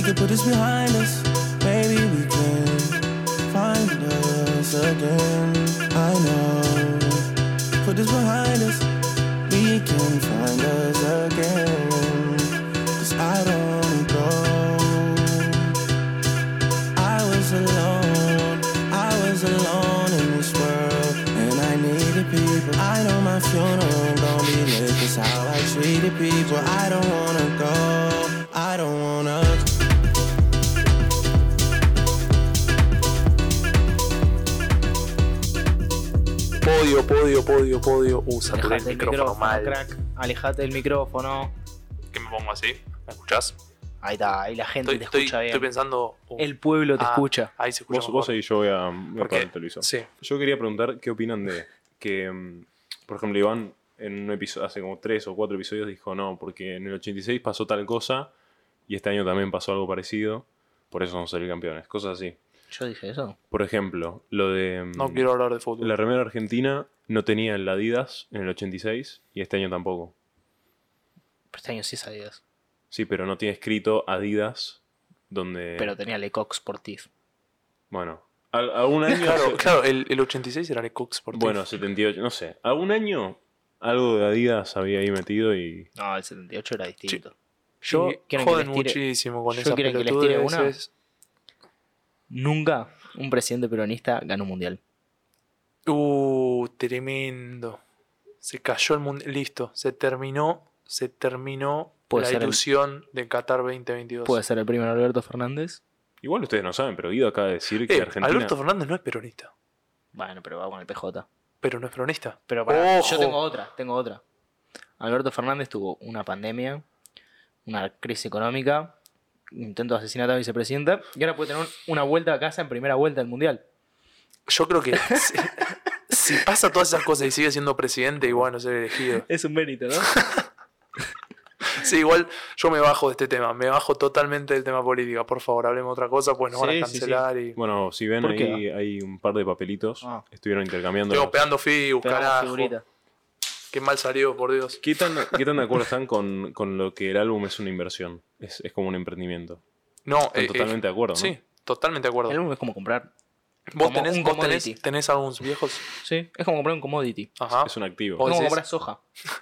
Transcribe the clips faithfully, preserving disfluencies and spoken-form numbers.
could put this behind us. Maybe we can find us again. I know. Put this behind us. We can find us again. Cause I don't go. I was alone. I was alone in this world. And I needed people. I know my funeral gon' be lit. Cause how I treated people. I don't wanna go. I don't wanna go. Podio, podio, podio, podio. Uh, saturé el Alejate del micrófono, micrófono, mal. crack. Alejate del micrófono. ¿Qué me pongo así? ¿Me escuchás? Ahí está, ahí la gente Estoy, te estoy, escucha bien. estoy pensando. uh, El pueblo te ah, escucha. Ahí se escucha Vos, mejor. vos ahí, yo voy a, voy a ¿Por qué? apagar el televisor. Sí. Yo quería preguntar qué opinan de que, mm, por ejemplo, Iván en un episodio, hace como tres o cuatro episodios dijo no, porque en el ochenta y seis pasó tal cosa y este año también pasó algo parecido, por eso vamos a salir campeones, cosas así. Yo dije eso. Por ejemplo, lo de mm, No quiero hablar de fútbol. la remera argentina no tenía el Adidas en el ochenta y seis y este año tampoco. Pero este año sí es Adidas. Sí, pero no tiene escrito Adidas donde... Pero tenía Lecoq Sportif. Bueno, al- algún año... Claro, se- claro, el, el ochenta y seis era el Cox Sportif. Bueno, setenta y ocho, no sé. Algún año algo de Adidas había ahí metido y... No, el setenta y ocho era distinto. yo Yo quiero que joden les tire- muchísimo con yo esa quiero que les tire una. pelotudeces. Nunca un presidente peronista ganó un mundial. Uh, tremendo. Se cayó el mundo. Listo, se terminó. Se terminó Puede la ser el- ilusión de Qatar veinte veintidós. Puede ser el primero Alberto Fernández. Igual ustedes no saben, pero Guido acaba de decir que Eh, Argentina... Alberto Fernández no es peronista. Bueno, pero va con el P J. Pero no es peronista. Pero para, Ojo. yo tengo otra, tengo otra. Alberto Fernández tuvo una pandemia, una crisis económica, intento de asesinato a la vicepresidenta y ahora puede tener un- una vuelta a casa en primera vuelta del mundial. Yo creo que si, si pasa todas esas cosas y sigue siendo presidente, igual no ser elegido. Es un mérito, ¿no? Sí, igual yo me bajo de este tema. Me bajo totalmente del tema política. Por favor, hablemos de otra cosa, pues nos van Sí, a sí, sí. cancelar. Y... Bueno, si ven ¿Por ahí qué? hay un par de papelitos, Ah. estuvieron intercambiando... Tengo los- pegando figus, Pegamos carajo. figurita. Qué mal salió, por Dios. ¿Qué tan, ¿Qué tan de acuerdo están con, con lo que el álbum es una inversión? Es, es como un emprendimiento. No, Están eh, totalmente eh, de acuerdo, ¿no? Sí, totalmente de acuerdo. El álbum es como comprar. ¿Vos, como tenés, un vos tenés, commodity. tenés algunos viejos? Sí, es como comprar un commodity. Ajá. Es un activo. ¿Vos Es como decís? comprar soja.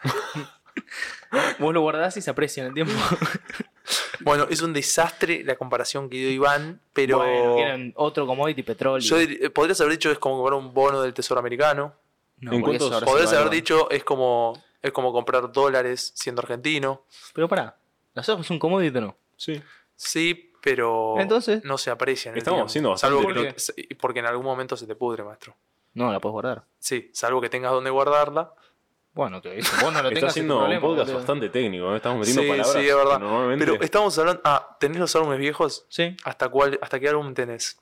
Vos lo guardás y se aprecia en el tiempo. Bueno, es un desastre la comparación que dio Iván, pero Bueno, quieren otro commodity petróleo. yo dir- eh, podrías haber dicho es como comprar un bono del Tesoro Americano. No, ¿En porque cuántos- eso ahora se Podrías haber evalúa. dicho es como es como comprar dólares siendo argentino. Pero pará, ¿la soja es un commodity o no? Sí. Sí, pero Entonces, no se aprecia en el estamos tiempo. haciendo bastante Salvo que ¿Por no- se- porque en algún momento se te pudre, maestro. no, la puedes guardar. Sí, salvo que tengas donde guardarla. Bueno, que eso, vos no lo Está tengas es tu haciendo un problema, podcast boludo. bastante técnico, ¿eh? Estamos metiendo Sí, palabras sí, es verdad. que normalmente... Pero estamos hablando. Ah, ¿tenés los álbumes viejos? Sí. ¿Hasta cuál, hasta qué álbum tenés?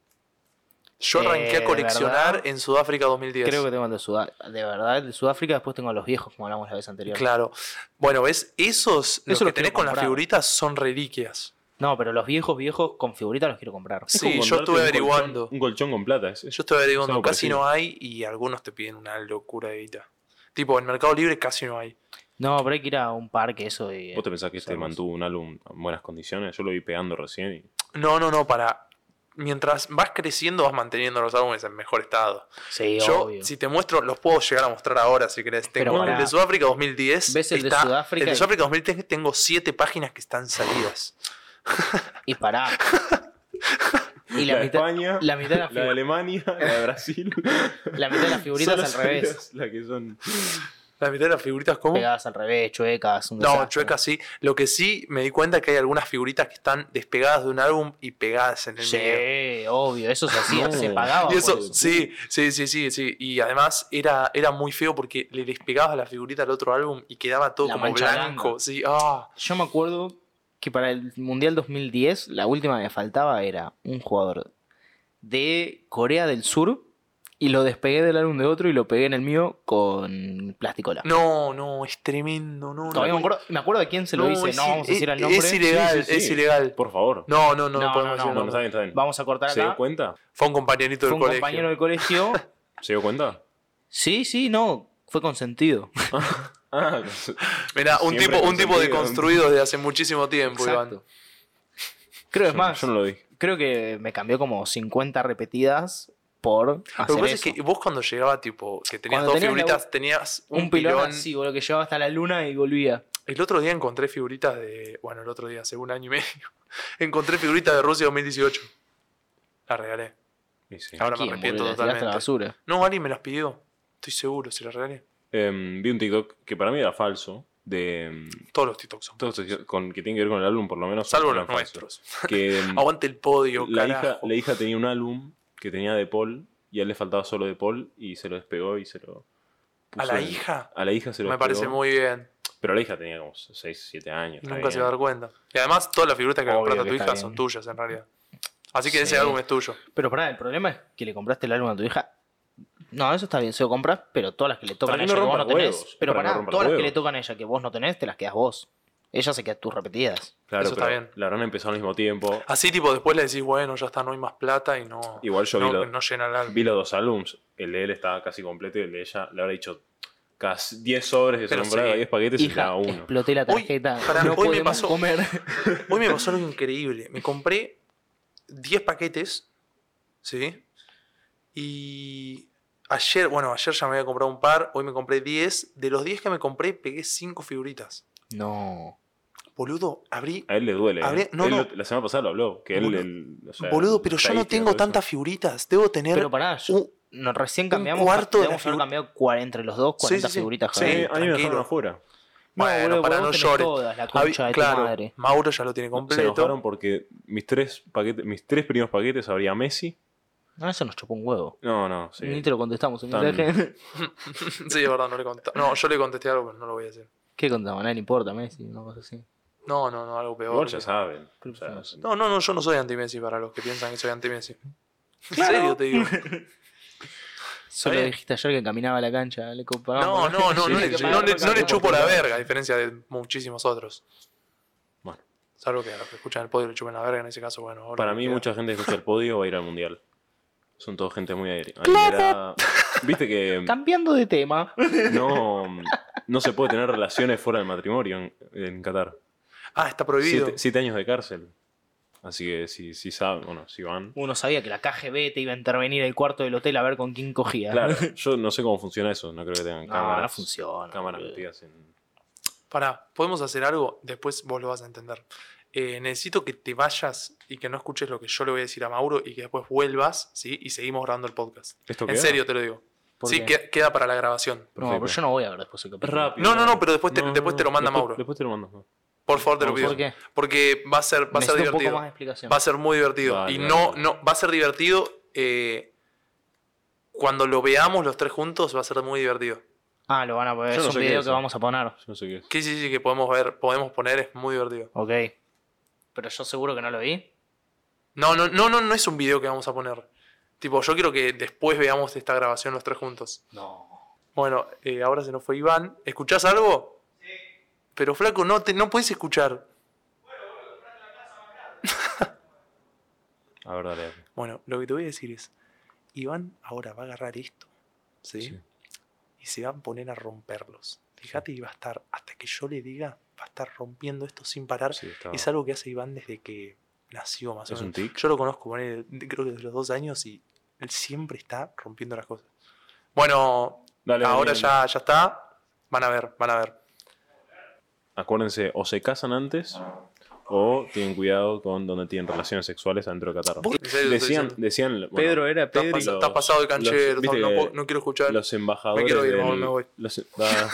Yo Eh, arranqué a ¿de coleccionar verdad? en Sudáfrica dos mil diez. Creo que tengo el de Sudáfrica. De verdad, el de Sudáfrica, después tengo a los viejos, como hablamos la vez anterior. Claro. Bueno, ¿ves? Esos, los Eso que los tenés quiero con las comprar. figuritas son reliquias. No, pero los viejos, viejos con figuritas los quiero comprar. Es como Sí, yo comprarte estuve un averiguando. colchón- un colchón con plata. Es, Yo estoy averiguando, algo casi parecido. no hay y algunos te piden una locura de guita. Tipo, en Mercado Libre casi no hay. No, pero hay que ir a un parque, eso. Y, ¿Vos te pensás que este hermoso. mantuvo un álbum en buenas condiciones? Yo lo vi pegando recién y... No, no, no, para. Mientras vas creciendo, vas manteniendo los álbumes en mejor estado. Sí, Yo, obvio. si te muestro, los puedo llegar a mostrar ahora si querés. Pero Tengo el pará. de Sudáfrica dos mil diez. ¿Ves el de está- Sudáfrica El de y- Sudáfrica dos mil diez tengo siete páginas que están salidas. Y pará. Y la, la de mitad, España, la mitad de la las de figu- Alemania, la de Brasil. la mitad de las figuritas Solo al revés. salidas las que son... La mitad de las figuritas, ¿cómo? Pegadas al revés, chuecas. Un No, desastre. chuecas sí. Lo que sí me di cuenta que hay algunas figuritas que están despegadas de un álbum y pegadas en el medio. Sí, obvio, eso se hacía, No. se pagaba. Y eso, por eso. sí, sí, sí, sí, sí. Y además era, era muy feo porque le despegabas la figurita al otro álbum y quedaba todo La como mancha blanco. blanca. Sí, ah. Yo me acuerdo que para el Mundial dos mil diez, la última que me faltaba era un jugador de Corea del Sur y lo despegué del álbum de otro y lo pegué en el mío con plasticola. No, no, es tremendo. No, Todavía no, me acuerdo, me acuerdo de quién se lo no, hice, es no i- vamos a decir es- el nombre. Es ilegal, Sí, sí, sí. es ilegal. Por favor. No, no, no, no, No, podemos no, decir no. el Bueno, nombre. está bien, está bien. Vamos a cortar ¿Se dio acá. cuenta? Fue un compañerito Fue del un colegio. compañero del colegio. ¿Se dio cuenta? Sí, sí, no, fue consentido. Ah, Mirá, un Siempre tipo, un tipo consentido. deconstruido desde hace muchísimo tiempo, Iván. Exacto. Creo es Yo- más. Yo no lo vi. Creo que me cambió como cincuenta repetidas por Lo hacer que pasa eso. es que vos cuando llegaba, tipo, que tenías Cuando dos tenías la- figuritas, tenías un, un pilón pilón. así, boludo, que llevaba hasta la luna y volvía. El otro día encontré figuritas de. Bueno, el otro día, hace un año y medio. Encontré figuritas de Rusia dos mil dieciocho. Las regalé. Y sí. Ahora me ¿Quién, arrepiento boludo? Las tiraste a la totalmente. basura. No, alguien me las pidió. Estoy seguro, si las regalé. Em, vi un TikTok que para mí era falso. De. em, Todos los TikToks son. Todos estos con, que tiene que ver con el álbum, por lo menos. Salvo eran los falsos. nuestros. Que em, Aguante el podio, la, hija, carajo. la hija tenía un álbum que tenía de Paul y a él le faltaba solo de Paul y se lo despegó y se lo. ¿A puso la en- hija? A la hija se lo Me despegó. parece muy bien. Pero la hija tenía como seis, siete años. Y está nunca se bien. va a dar cuenta. Y además, todas las figuritas que Obvio compraste a que tu está hija bien. son tuyas, en realidad. Así que Sí. ese álbum es tuyo. Pero pará, el problema es que le compraste el álbum a tu hija. No, eso está bien, se lo compras, pero todas las que le tocan Para a que ella no que vos no rompa tenés. huevos, Pero para que no pará, rompa todas las que huevos. le tocan a ella que vos no tenés, te las quedas vos. Ella se queda tus repetidas. Claro, Eso está pero bien. la verdad empezó al mismo tiempo. Así, tipo, después le decís, bueno, ya está, no hay más plata y no. Igual yo no, vi, lo- no llena el álbum. vi los dos álbums. El de él estaba casi completo y el de ella le habrá dicho casi diez sobres que se Pero compraba, sí. diez paquetes y le Hija, daba uno. exploté la Uy, tarjeta. pará, no hoy me podemos pasó. comer. Hoy me pasó algo increíble. Me compré diez paquetes, ¿sí? Y ayer, bueno, ayer ya me había comprado un par, hoy me compré diez. De los diez que me compré, pegué cinco figuritas. No. Boludo, abrí. A él le duele. ¿eh? Hablé- no, Él no. lo- la semana pasada lo habló. Que él, Boludo, el- o sea, Boludo, pero yo no estadística, tengo todo eso. tantas figuritas. Debo tener. Pero pará, yo- un- no, recién un cambiamos. cuarto de debemos la haber figu- cambiado cua- entre los dos Sí, cuarenta sí, sí. figuritas Sí, cada Sí, uno. a mí me tranquilo. dejaron afuera. Bueno, boludo, para vos no tenés llores. todas, la Habi- concha de tu claro, madre. Mauro ya lo tiene Se completo. enojaron porque mis tres paquetes, mis tres primeros paquetes habría Messi. No, eso nos chupó un huevo. No, no, sí. Ni te lo contestamos el Tan- mensaje. Sí, de verdad, no le contesté. No, yo le contesté algo, pero no lo voy a decir. ¿Qué contamos? Nada le importa, Messi, una cosa así. No, no, no, algo peor. Igual ya saben. Creo O sea, que sí. No, no, no, yo no soy anti-Messi para los que piensan que soy anti-Messi. En serio te digo. Solo bien. dijiste ayer que caminaba a la cancha, le No, comparamos. no, no, no, Sí, le, que no, me le, agarro no le como chupo por la todos lados. verga, a diferencia de muchísimos otros. Bueno, Salvo que a los que escuchan el podio le chupen la verga, en ese caso, bueno. ahora para me mí queda. mucha gente que escucha el podio va a ir al mundial. Son toda gente muy ader- adinerada. Viste que Cambiando de tema. no, no se puede tener relaciones fuera del matrimonio en, en Qatar. Ah, está prohibido. Siete, siete años de cárcel. Así que si, si saben, bueno, si van. Uno sabía que la K G B te iba a intervenir el cuarto del hotel a ver con quién cogía. Claro, yo no sé cómo funciona eso. No creo que tengan No, cámaras. no funciona. Cámaras boludo. metidas en. Pará, podemos hacer algo, después vos lo vas a entender. Eh, necesito que te vayas y que no escuches lo que yo le voy a decir a Mauro y que después vuelvas, ¿sí? Y seguimos grabando el podcast. ¿Esto En queda? serio te lo digo. ¿Por Sí, qué? que- queda para la grabación. No, Perfecto. pero yo no voy a ver después el capítulo. Rápido. No, no, no, pero después te, No, no, después te lo no, manda después- Mauro. Después te lo mando. no. Por favor, te lo ¿Por pido. qué? Porque va a ser, va a ser Necesito un poco divertido. más de explicación. Va a ser muy divertido. Vale, y vale, no, vale. no, va a ser divertido. eh, cuando lo veamos los tres juntos, va a ser muy divertido. Ah, lo van a poner. Yo Es no un sé qué video es que eso. vamos a poner. Yo no sé qué es. Sí, sí, sí, que podemos ver, podemos poner, es muy divertido. Ok. Pero yo seguro que no lo vi. No, no, no, no, no es un video que vamos a poner. Tipo, yo quiero que después veamos esta grabación los tres juntos. No. Bueno, eh, ahora se nos fue Iván. ¿Escuchás algo? Sí. Pero flaco, no, te, no puedes escuchar. A ver, dale. dale. Bueno, lo que te voy a decir es, Iván ahora va a agarrar esto, ¿sí? Sí. Y se va a poner a romperlos. Fíjate que va a estar, hasta que yo le diga, va a estar rompiendo esto sin parar. Sí, está- Es algo que hace Iván desde que nació más o ¿Es menos. un tic? Yo lo conozco, ponele, creo que desde los dos años y él siempre está rompiendo las cosas. Bueno, Dale, ahora dale, ya, ya está. Van a ver, van a ver. Acuérdense, o se casan antes o tienen cuidado con donde tienen relaciones sexuales adentro de Qatar. ¿En serio te Decían, estoy decían bueno, Pedro era Estás, Pedro. pas- y- estás pasado de canchero, los- viste no, que puedo- no quiero escuchar. los embajadores Me quiero ir, del, no, me voy. Los, da-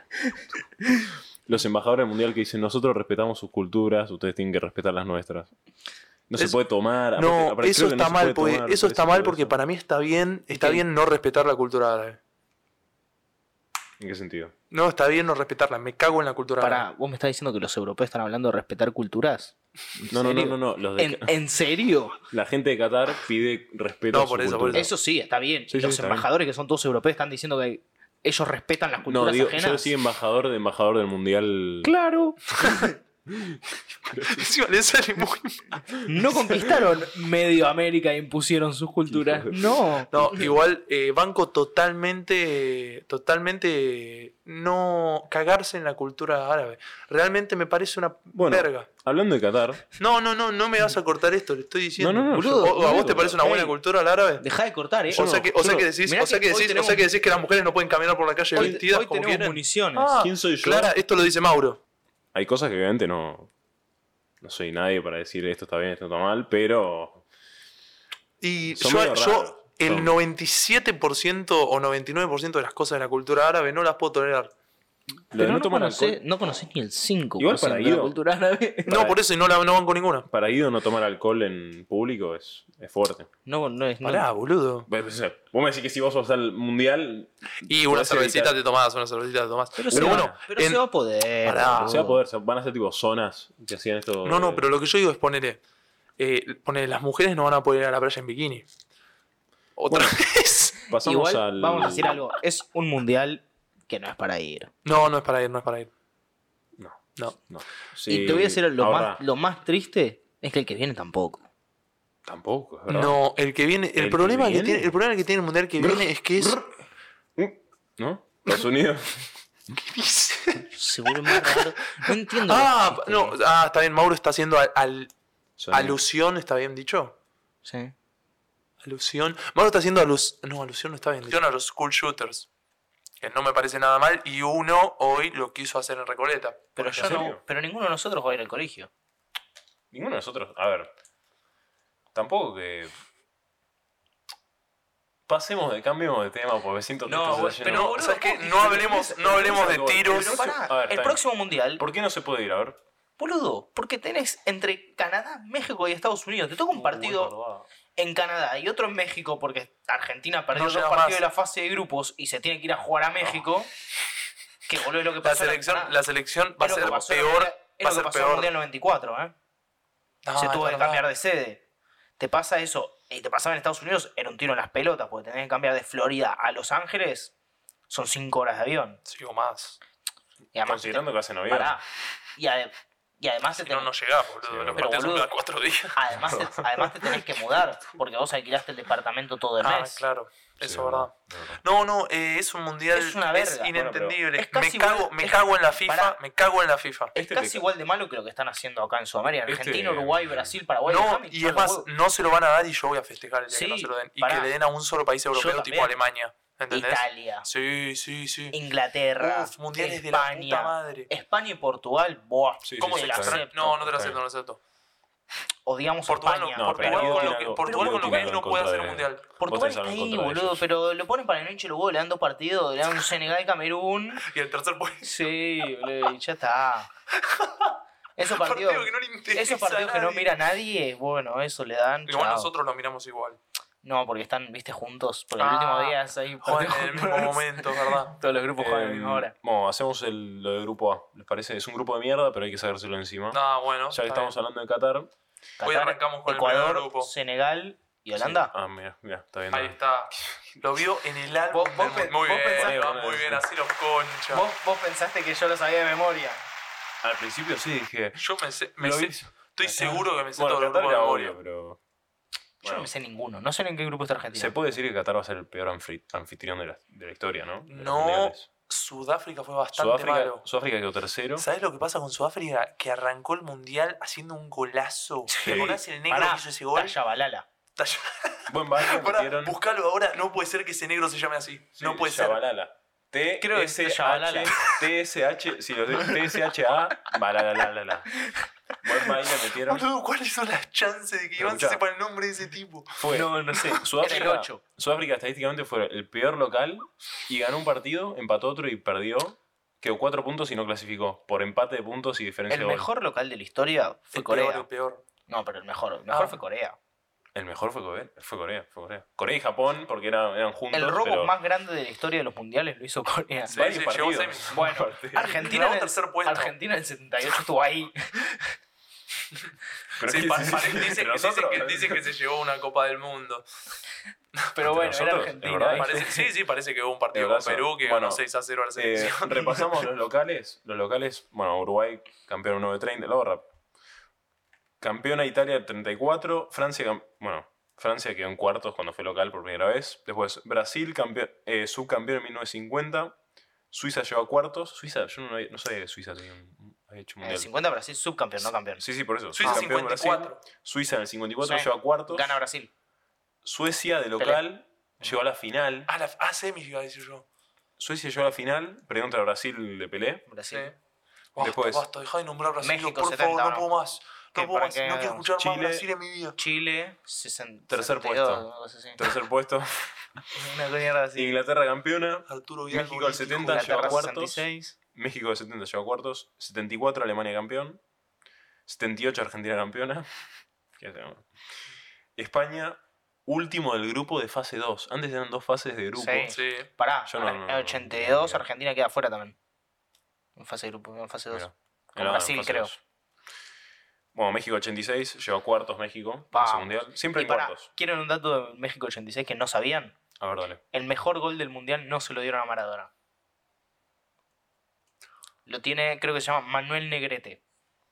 los embajadores del mundial que dicen nosotros respetamos sus culturas, ustedes tienen que respetar las nuestras. No se Es- puede tomar. aparte- No, aparte eso creo que no está se mal, puede porque, tomar, eso me está parece, mal todo porque eso. para mí está bien, está Ok. bien no respetar la cultura árabe. ¿En qué sentido? No, está bien no respetarla, me cago en la cultura Pará, árabe. vos me estás diciendo que los europeos están hablando de respetar culturas. ¿En No, no, no, serio? no, no. Los de- ¿En, ¿En serio? La gente de Qatar pide respeto No, a su por eso, por cultura. Eso sí, está bien. Sí, sí, los está bien. embajadores que son todos europeos están diciendo que ellos respetan las No, culturas digo, ajenas. yo soy embajador de embajador del mundial. Claro. Encima le sale muy... No conquistaron medio América e impusieron sus culturas. No. No, igual, eh, banco totalmente, totalmente no cagarse en la cultura árabe. Realmente me parece una Bueno, verga. hablando de Qatar, No, no, no, no me vas a cortar esto, le estoy diciendo. No, no, no, Boludo, yo- ¿o- ¿A no, vos te parece una buena ey. cultura el árabe? Deja de cortar, ¿eh? O sea que, o sea que decís, Mirá o sea que que hoy decís, o tenemos- sea que decís que las mujeres no pueden caminar por la calle Hoy, vestidas hoy como tenemos quieren. municiones. Ah, ¿quién soy yo? Clara, esto lo dice Mauro. hay cosas que obviamente no. No soy nadie para decir esto está bien, esto está mal, pero. Y Son yo, medio yo raros, el son. noventa y siete por ciento o noventa y nueve por ciento de las cosas de la cultura árabe no las puedo tolerar. Lo de Pero no no, tomar conocés, alcohol. no conocés ni el cinco por Igual ciento para de la Guido. cultura árabe. No, por eso y no la no banco ninguna. Para Guido no tomar alcohol en público es, es fuerte. No, no es. No, Pará, boludo. Pues, o sea, vos me decís que si vos vas al mundial. Y una podés cervecita evitar- te tomás, una cervecita te tomás. pero Pero, se bueno, va, pero en- se va a poder. Pará. boludo. Se va a poder, se van a ser tipo zonas que hacían esto. no, no, de- pero lo que yo digo es ponerle, eh, ponele, las mujeres no van a poder ir a la playa en bikini. Otra Bueno. vez. Pasamos Igual, al. vamos a decir algo. Es un mundial que no es para ir. No, no es para ir, no es para ir. No, No. no. Y Sí, te voy a decir lo, ahora, más, lo más triste es que el que viene tampoco. Tampoco, es verdad. No, el que viene, el, ¿El que problema que viene? tiene, el problema que tiene el mundial que viene es que es. ¿No? Estados Unidos. ¿Qué dice? Se vuelve más raro. No entiendo. Ah, los no, chistes. ah, está bien, Mauro está haciendo al, al- Sonido. alusión, ¿está bien dicho? Sí. Alusión. Mauro está haciendo alusión. No, alusión no está bien. Alusión a los school shooters. Que no me parece nada mal. Y uno hoy lo quiso hacer en Recoleta. Pero ¿En yo no. serio? Pero ninguno de nosotros va a ir al colegio. Ninguno de nosotros. A ver. Tampoco que. Pasemos de, cambiemos de tema porque siento que No, esto se está pero, yendo- boludo, ¿sabes qué? ¿cómo? No hablemos, no hablemos de tiros. Pero pará, A ver, el está próximo mundial. ¿Por qué no se puede ir? A ver. Boludo, porque tenés entre Canadá, México y Estados Unidos. Te toca un partido en Canadá y otro en México porque Argentina perdió No dos llega partidos más. de la fase de grupos y se tiene que ir a jugar a México. Que boludo es lo que La pasó. en selección, Canadá. la selección va a Es lo que ser pasó en el peor. Mundial- Es Va a lo que ser pasó en el peor. Mundial noventa y cuatro, ¿eh? Ah, se es tuvo que verdad. cambiar de sede. Te pasa eso, y te pasaba en Estados Unidos, era un tiro en las pelotas, porque tenés que cambiar de Florida a Los Ángeles, son cinco horas de avión. Sí, o más. Y además, Considerando que hacen avión. pará. Y, ade- y además te Si no, tenés- no llegás, boludo. Sí, Los pero, partidos son boludo, cada cuatro días. además, te, además te tenés que mudar, porque vos alquilaste el departamento todo el Ah, mes. claro. Sí, Eso es verdad. es verdad. No, no, eh, es un mundial. Es una verga. inentendible. Bueno, pero es me casi cago, igual- me es- cago en la FIFA. pará. Me cago en la FIFA. Es Este casi te- igual de malo que lo que están haciendo acá en Sudamérica. Este- Argentina, Uruguay, Brasil, Paraguay. No, déjame y hinchar es los más, huevos. no se lo van a dar y yo voy a festejar el día Sí, que no se lo den. Y pará. que le den a un solo país europeo tipo también. Alemania. ¿Entendés? Italia, Sí, sí, sí. Inglaterra, Uf, mundiales de la puta España, madre. España y Portugal. Buah, Sí, ¿Cómo sí, se te la la está bien. acepto? No, no te lo Está acepto, bien. no lo acepto. odiamos Portugal, España. no, No, Portugal, pero con Diego lo que, tiene algo- Portugal Diego con lo tiene que algo no en puede contra hacer de- el mundial. Vos Portugal tenés está algo en ahí, contra de boludo, ellos. pero lo ponen para que no hinche los huevos, le dan dos partidos, le dan un Senegal, Camerún. Y el tercer puesto. Sí, boludo, y ya está. Esos partidos, Partido que no le interesa esos partidos a que no nadie. mira nadie, bueno, eso le dan. Igual chao. nosotros lo miramos igual. No, porque están, viste, juntos. Porque el Ah, último día es ahí. Joder, partidos en el mismo juntos. momento, ¿verdad? Todos los grupos juegan a la Eh, misma hora. Bueno, hacemos el, lo del grupo A. ¿Les parece? Es un grupo de mierda, pero hay que sacárselo encima. Ah, bueno. ya que está estamos bien. hablando de Qatar. Hoy Qatar, arrancamos con el Ecuador, primer grupo. Senegal y Holanda. Sí. Ah, mira, mira, está bien. Ahí está. Lo vio en el álbum. Vos- vos del- pe- muy vos bien, pensás- va muy bien, así los conchas. ¿Vos, vos pensaste que yo lo sabía de memoria. Al principio sí dije. Yo me sé, me Lo sé- vi. estoy seguro que me sé Bueno, todo el Qatar grupo de era memoria. obvio, pero. Yo Bueno, no me sé ninguno. No sé en qué grupo está Argentina. se puede decir que Qatar va a ser el peor anfi- anfitrión de la, de la historia, ¿no? De los No, mundiales. Sudáfrica fue bastante Sudáfrica, malo. Sudáfrica quedó tercero. ¿Sabes lo que pasa con Sudáfrica? Que arrancó el mundial haciendo un golazo. Sí. ¿Te acordás el negro Pará, que hizo ese gol? Talla Balala. Talla- Buen baile Pará, metieron. buscalo ahora. No puede ser que ese negro se llame así. Sí, no puede ser. Shabalala. T Creo que S es Shabalala. H T S H sí, los de T S H A Balalalala. Buen baile metieron. Boludo, ¿cuáles son las chances de que Iván se Escuchá. sepa el nombre de ese tipo? Fue No, no sé. Era el Sudáfrica, ocho. Sudáfrica estadísticamente fue el peor local y ganó un partido, empató otro y perdió. Quedó cuatro puntos y no clasificó. Por empate de puntos y diferencia El de gol. mejor local de la historia fue El Corea. peor, el peor. No, pero el mejor. El mejor Ah. fue Corea. El mejor fue Corea, fue Corea, fue Corea. Corea y Japón, porque eran, eran juntos. El robo pero más grande de la historia de los mundiales lo hizo Corea. Sí, varios sí, partidos. llegó a semis. Bueno, Partidos. Argentina, Ganó en el, tercer puesto. Argentina en el setenta y ocho estuvo ahí. Pero Sí, ¿qué pa- dices? pa- dicen, Entre dicen nosotros, que, dicen que se llevó una Copa del Mundo. Pero Entre bueno, era nosotros, Argentina. es verdad. ¿viste? Parece, sí, sí, parece que hubo un partido De con verdad, Perú que bueno, ganó seis a cero a la Eh, selección. repasamos los locales. Los locales, bueno, Uruguay, campeón nueve treinta, la barra. Campeona Italia treinta y cuatro. Francia, cam- bueno, Francia quedó en cuartos cuando fue local por primera vez. Después Brasil, campeón, eh, subcampeón en mil novecientos cincuenta. Suiza llegó a cuartos. Suiza, yo no, había- no sabía que Suiza tenía un- había hecho un En el mundial. cincuenta Brasil subcampeón, no campeón. Sí, sí, por eso. Suiza Subcampeón cincuenta y cuatro. Brasil. Suiza en el cincuenta y cuatro Sí. llegó a cuartos. Gana Brasil. Suecia de local llegó a la final. Ah, la, ah, semis iba a decir yo. Suecia llegó a la final, perdió contra Brasil de Pelé. Brasil. Sí. Basta, Después- basta, dejá de nombrar Brasil, México, por setenta, favor, no no. puedo más. ¿Qué, No puedo para más, qué? no quiero escuchar más Chile- Brasil en mi vida. Chile, sesenta, Tercer sesenta y dos, puesto. algo así. Tercer puesto. Una mierda así. Inglaterra campeona. Arturo Vidal, México al Bolívar, setenta hijo de- llegó a Inglaterra cuartos. sesenta y seis. México del setenta llegó a cuartos. setenta y cuatro Alemania campeón. setenta y ocho Argentina campeona. Fíjate, ¿no? España, último del grupo de fase dos. Antes eran dos fases de grupo. Sí. Sí. Pará, Yo no- en no- el no- ochenta y dos no- Argentina queda fuera también. En fase de grupo, en fase dos. Mirá. Con Era Brasil, fase creo. dos. Bueno, México ochenta y seis llegó a cuartos México en Vamos. ese mundial. Siempre Y en pará, cuartos. ¿quieren un dato de México ochenta y seis que no sabían? A ver, dale. El mejor gol del mundial no se lo dieron a Maradona. Lo tiene, creo que se llama Manuel Negrete.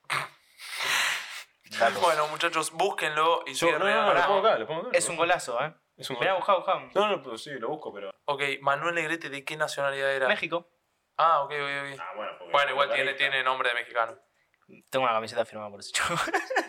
Datos. Bueno, muchachos, búsquenlo y Yo, no, no, cierren. no, lo Pará. pongo acá, lo pongo acá. Es un golazo, ¿eh? Es un Mirá, gol. buscá, buscá. No, no, pues sí, lo busco, pero. Ok, Manuel Negrete, ¿de qué nacionalidad era? México. Ah, ok, ok, ok. Ah, bueno, porque Bueno, igual tiene, localista. tiene nombre de mexicano. Tengo una camiseta firmada por ese chico.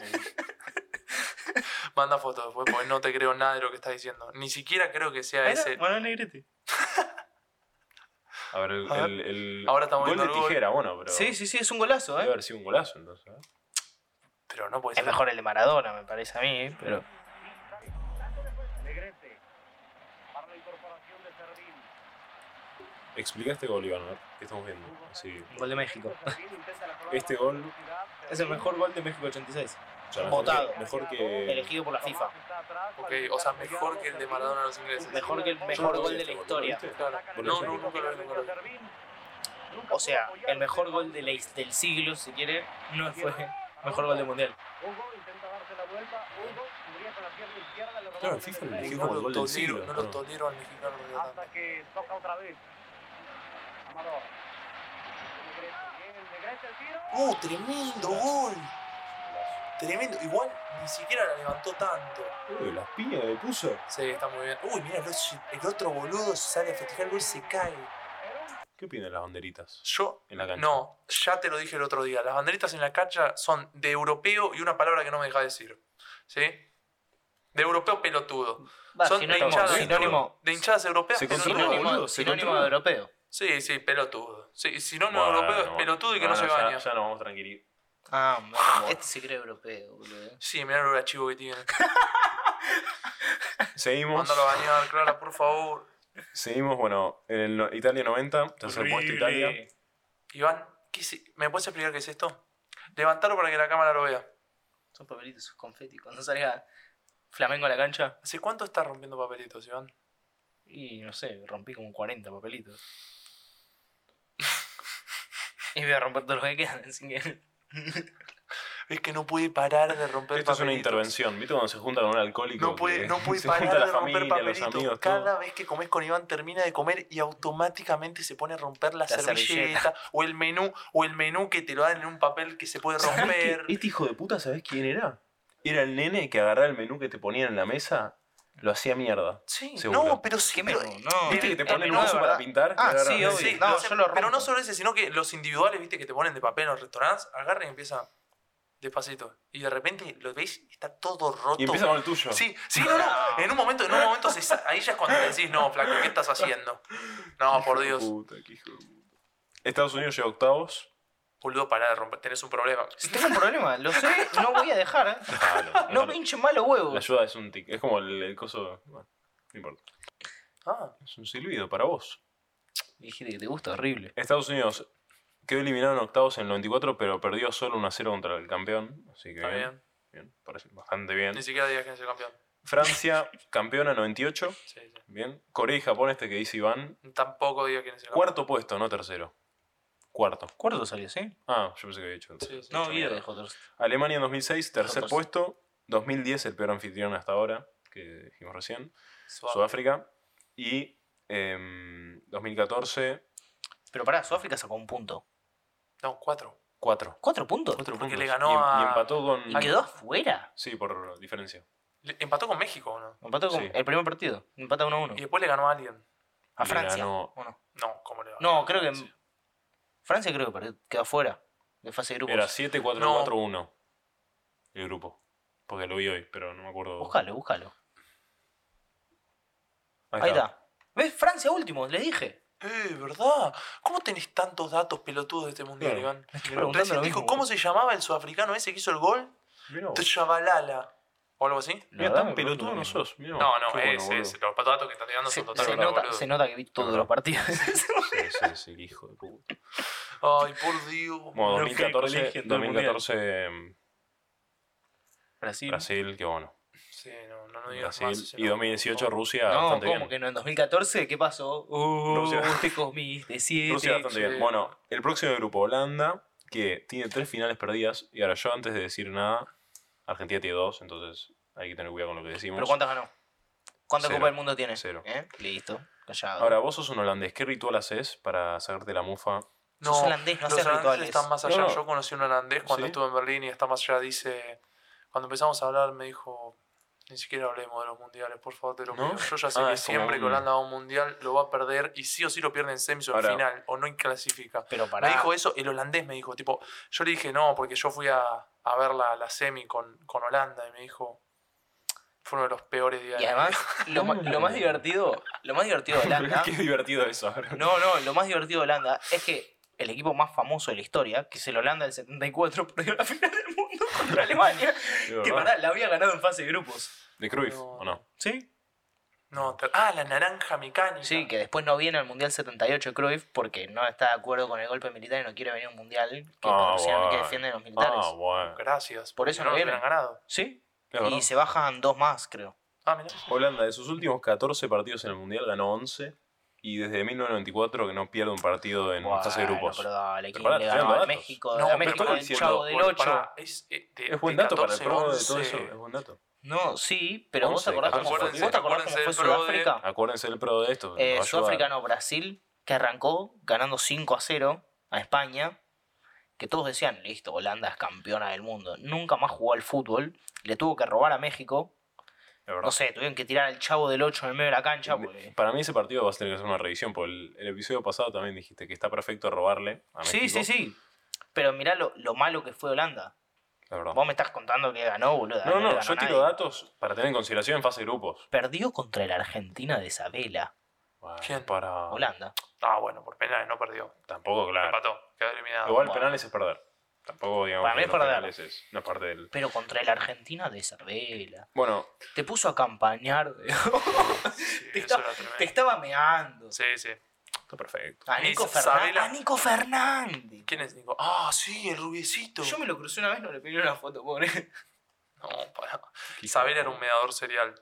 Manda fotos después, porque no te creo nada de lo que estás diciendo. Ni siquiera creo que sea ese. Manuel Negrete. A ver, el, A ver. el, el Ahora estamos gol de viendo el gol. tijera, bueno, pero. Sí, sí, sí, es un golazo, Debe ¿eh? haber sido un golazo, entonces. ¿eh? Pero no puede Es ser. mejor el de Maradona, me parece a mí, ¿eh? Pero... Explica este gol, Iván, a ver, ¿qué estamos viendo? Así, Gol de México. este gol. Es el mejor gol de México ochenta y seis. O sea, mejor Votado. que- Mejor que. Elegido por la FIFA. Ok, o sea, mejor que el de Maradona a los ingleses. Mejor que el Yo mejor no gol vi de la este gol, historia. ¿lo viste? Claro. ¿Vos lo No, viste? no, nunca lo vi, nunca lo vi. O sea, el mejor gol de la, del siglo, si quiere, no fue mejor gol del mundial. Claro, el FIFA lo eligió No como el lo gol del tolero, siglo. no ¿no? lo tolero al mexicano. de verdad. Hasta que toca otra vez. Amador. Negrete el tiro. ¡Uh, tremendo gol! Tremendo. Igual ni siquiera la levantó tanto. Uy, las piñas que le puso. Sí, está muy bien. Uy, mira, el otro, el otro boludo sale a festejar el gol, se cae. ¿Qué opinan de las banderitas Yo, en la cancha? no, ya te lo dije el otro día. Las banderitas en la cancha son de europeo y una palabra que no me deja decir. ¿Sí? De europeo pelotudo. Va, Son de sinónimo, hinchadas, sinónimo, de hinchadas europeas. Se pelotudo. controla, sinónimo, boludo, se sinónimo controla. de europeo. Sí, sí, pelotudo. Sí, sinónimo Bueno, europeo es bueno. pelotudo y que no, se ya- baña. Ya, nos vamos tranquilos. Ah, bueno, este se cree europeo, boludo. Sí, mirá el archivo que tiene. Seguimos. Mándalo a bañar, Clara, por favor. Seguimos, bueno, en el no- Italia noventa, tercer puesto Italia. Iván, ¿qué es- ¿me puedes explicar qué es esto? Levantalo para que la cámara lo vea. Son papelitos, son confeti. Cuando salga Flamengo a la cancha, ¿Hace cuánto estás rompiendo papelitos, Iván? y no sé, rompí como cuarenta papelitos. Y voy a romper todos los que quedan, así que... Es que no puede parar de romper Esto es una papelitos. intervención, ¿viste? Cuando se junta con un alcohólico. No puede, que no puede se parar junta la de romper familia, los papelitos. amigos, Cada todo. vez que comes con Iván termina de comer y automáticamente se pone a romper la, La servilleta, servilleta. o el menú o el menú que te lo dan en un papel que se puede ¿Sabés romper. qué? Este hijo de puta, ¿sabés quién era? Era el nene que agarraba el menú que te ponían en la mesa, lo hacía mierda. Sí, Seguro. no, pero sí, ¿Qué pero- menú? No, ¿Viste que te el ponen menú un de oso para verdad. pintar? Que Ah, agarra- sí, obvio. Sí, No, lo yo sé, lo pero rompo. no solo ese, sino que los individuales, viste, que te ponen de papel en los restaurantes, agarran y empiezan despacito. Y de repente lo veis y está todo roto. Y empieza con el tuyo. Sí, sí, no, no. En un momento, en un momento se sa- ahí ya es cuando le decís, no, flaco, ¿qué estás haciendo? No, por Dios. Puta, qué hijo de puta. Estados Unidos llega a octavos. Boludo, pará de romper, tenés un problema. Tengo un problema, lo sé, no voy a dejar, ¿eh? Déjalo, No déjalo. me hinchen mal los La huevos. ayuda es un tic. Es como el, el coso. Bueno, no importa. Ah, Es un silbido para vos. Dijiste que te gusta, horrible. Estados Unidos quedó eliminado en octavos en el noventa y cuatro, pero perdió solo uno a cero contra el campeón. Así que está bien. bien. Bien, parece bastante bien. Ni siquiera digas quién es el campeón. Francia, campeona noventa y ocho. Sí, sí. Bien. Corea y Japón, este que dice Iván. Tampoco digas quién es el campeón. Cuarto puesto, no tercero. Cuarto. ¿Cuarto salió, sí? Ah, yo pensé que había dicho. Sí, sí. No, Hecho Guido mierda. dejó tercero. Alemania en dos mil seis, tercer Nosotros. puesto. dos mil diez, el peor anfitrión hasta ahora, que dijimos recién. Sudáfrica. Y em, dos mil catorce, Pero pará, Sudáfrica sacó un punto. No, cuatro. cuatro. ¿Cuatro puntos? Cuatro Porque puntos. le ganó y, a- y empató con... ¿Y quedó afuera? Sí, por diferencia. Le- Empató con México, ¿no? Empató con Sí. el primer partido. Empata uno a uno. Y después le ganó a alguien. A le Francia. ganó- ¿o no? No, ¿cómo le ganó? No, creo que... Francia creo que perdió- quedó afuera de fase de grupos. Era siete cuatro No. cuatro uno el grupo. Porque lo vi hoy, pero no me acuerdo. Búscalo, búscalo. Ahí, Ahí está. está. ¿Ves? Francia último, le dije. Eh, ¿verdad? ¿Cómo tenés tantos datos pelotudos de este mundial, Claro. Iván? Me estoy preguntando Recién lo dijo, mismo. ¿cómo se llamaba el sudafricano ese que hizo el gol? Mirá vos. Tshabalala. ¿O algo así? La Mirá, verdad tan me pregunto pelotudo lo no mismo. sos. Mirá vos. No, no, Qué bueno, ese, boludo. ese. Los datos que está tirando Se, son se totalmente nota, boludos. se nota que vi todos Verdad. los partidos. Sí, sí, sí, qué hijo de puta. Ay, por Dios. Bueno, No fui al colegio dos mil catorce, todo el dos mil catorce em, Brasil. Brasil, qué bueno. Sí, no, no, no digas Brasil. más. ese Y nombre, dos mil dieciocho por favor. Rusia, No, bastante ¿cómo bien. que no? En dos mil catorce, ¿qué pasó? Uh, Rusia. te comiste siete. Rusia bastante sí. bien. Bueno, el próximo grupo, Holanda, que tiene tres finales perdidas. Y ahora yo, antes de decir nada, Argentina tiene dos, entonces hay que tener cuidado con lo que decimos. ¿Pero cuántas ganó? ¿Cuántas Cero. Copas del Mundo tiene? Cero. ¿Eh? Listo, callado. Ahora, vos sos un holandés. ¿Qué ritual haces para sacarte la mufa? Sos holandés, no los haces holandeses rituales. están más allá. No, no. Yo conocí un holandés cuando ¿Sí? estuve en Berlín y está más allá. Dice, cuando empezamos a hablar me dijo, ni siquiera hablemos de los mundiales, por favor te lo ¿No? pido. Yo ya sé Ah, que es como siempre que un- Holanda va a un mundial lo va a perder y sí o sí lo pierde en semis o en Ahora- final o no clasifica. Pero pará. Me dijo eso, el holandés me dijo, tipo, yo le dije no, porque yo fui a, a ver la, la semi con, con Holanda y me dijo, fue uno de los peores días. Y de mi además, vida". lo, ma- lo más divertido, lo más divertido de Holanda. Qué divertido eso. ahora. No, no, lo más divertido de Holanda es que el equipo más famoso de la historia, que es el Holanda del setenta y cuatro, perdió la final del mundo contra Alemania. Es Que verdad. pará, la había ganado en fase de grupos. ¿De Cruyff No. o no? ¿Sí? No, te- ah, la naranja mecánica. Sí, que después no viene al Mundial setenta y ocho Cruyff porque no está de acuerdo con el golpe militar y no quiere venir a un Mundial que Ah, patrocinan y que bueno. defienden los militares. Ah, bueno. Gracias. Por eso porque no no lo viene. hubieran ganado. ¿Sí? Es verdad. Y se bajan dos más, creo. Ah, mira. Holanda, de sus últimos catorce partidos en el Mundial, ganó once. Y desde mil novecientos noventa y cuatro que no pierde un partido en fase de grupos. Pero dale, ¿quién pará, le estoy ganó dando a datos. México? No, a pero México estoy del diciendo, Chavo del Bueno, ocho. pará, es, eh, de- Es buen de dato para el catorce, pro de todo once. eso. Es buen dato. No, sí, pero vos once, te acordás cómo fue, acuérdense- ¿vos te acordás acuérdense cómo fue del pro de- Sudáfrica? Acuérdense del pro de esto. nos Eh, va a ayudar. Sudáfrica no, Brasil, que arrancó ganando cinco a cero a España, que todos decían, listo, Holanda es campeona del mundo. Nunca más jugó al fútbol, le tuvo que robar a México. Es verdad. No sé, tuvieron que tirar al Chavo del ocho en el medio de la cancha. Porque... Para mí ese partido vas a tener que hacer una revisión, porque el, el episodio pasado también dijiste que está perfecto robarle a México. Sí, sí, sí. Pero mirá lo, lo malo que fue Holanda. Es verdad. Vos me estás contando que ganó, boludo. No, le no, ganó yo a tiro nadie. datos para tener en consideración en fase de grupos. Perdió contra la Argentina de Isabela. Bueno, ¿Quién? Para... Holanda. Ah, bueno, por penales no perdió. Tampoco, claro. Empató, quedó eliminado. Igual Bueno. penales es perder. Tampoco, digamos, Para mí que es los perder. penales es, no es parte del... Pero contra la Argentina de Isabela. Bueno, Te puso a campañar. de- Sí, te, eso estaba, era tremendo. te estaba meando. Sí, sí. está perfecto. A Nico, Y Fernández. Isabela- a Nico Fernández. ¿Quién es Nico? Ah, sí, el rubiecito. Yo me lo crucé una vez, no le pedí una foto, pobre. No, para. Isabel era un mediador serial.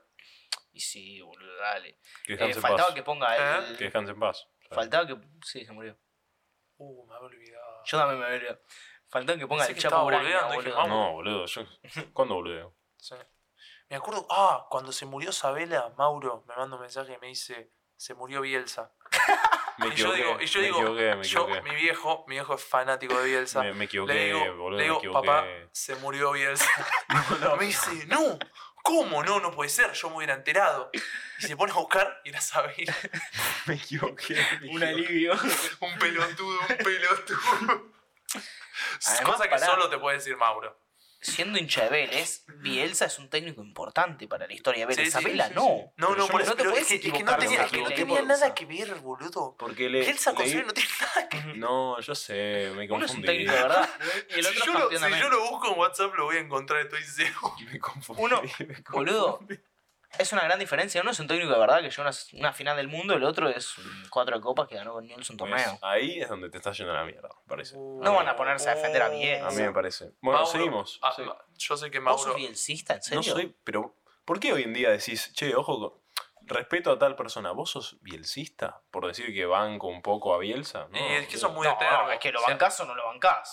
Y sí, boludo, dale. Que Eh, descanse en faltaba paz. que ponga el. Que descanse en paz. Faltaba que. Sí, se murió. Uh, me había olvidado. Yo también me había olvidado. Faltaba que ponga Pensé el que Chapo estaba Uraña, boludeando, dije, boludo. vamos. No, boludo, yo... ¿Cuándo boludeo? Sí. Me acuerdo, ah, cuando se murió Sabela, Mauro me manda un mensaje y me dice, se murió Bielsa. Me y yo equivoqué, digo, y yo me digo, equivoqué, me yo, equivoqué. mi viejo, mi viejo es fanático de Bielsa. Me, me equivoqué, le digo, boludo, le digo, me equivoqué. papá, se murió Bielsa. Me dice, no, ¿cómo? No, no puede ser, yo me hubiera enterado. Y se pone a buscar y era Sabela. Me equivoqué. me Un equivoqué. alivio. Un pelotudo, un pelotudo. Además, Cosa que pará. solo te puede decir Mauro. Siendo hincha de Vélez, Bielsa es un técnico importante para la historia de Sí, Vélez. sí, Sabela sí, no. sí. No, Pero no, yo por no eso, te pero podés es que, es que no equivocar tenía, con es que no Sabela y tenía Bielsa. nada que ver, boludo. Porque le... Bielsa con leí- Sabela no tiene nada que ver. No, yo sé, me Uno es un confundí. técnico de verdad. Y el Si otro yo, es lo, campeón si de América. yo lo busco en WhatsApp lo voy a encontrar, estoy seguro. Me confundí. Uno, me confundí. boludo, es una gran diferencia. Uno es un técnico de verdad que lleva una, una final del mundo, el otro es un cuatro de copas que ganó con Newell's un Pues, torneo. ahí es donde te está yendo la mierda, me parece. No van a ponerse a defender a Bielsa. A mí me parece. Bueno, Mauro- seguimos. ah, Sí. Yo sé que ¿Vos Mauro. sos bielcista, en serio? No soy, pero ¿por qué hoy en día decís, che, ojo, con- respeto a tal persona? ¿Vos sos bielcista? Por decir que banco un poco a Bielsa. No, Eh, es que eso es muy No, de termo. es que lo O sea, bancás o no lo bancás.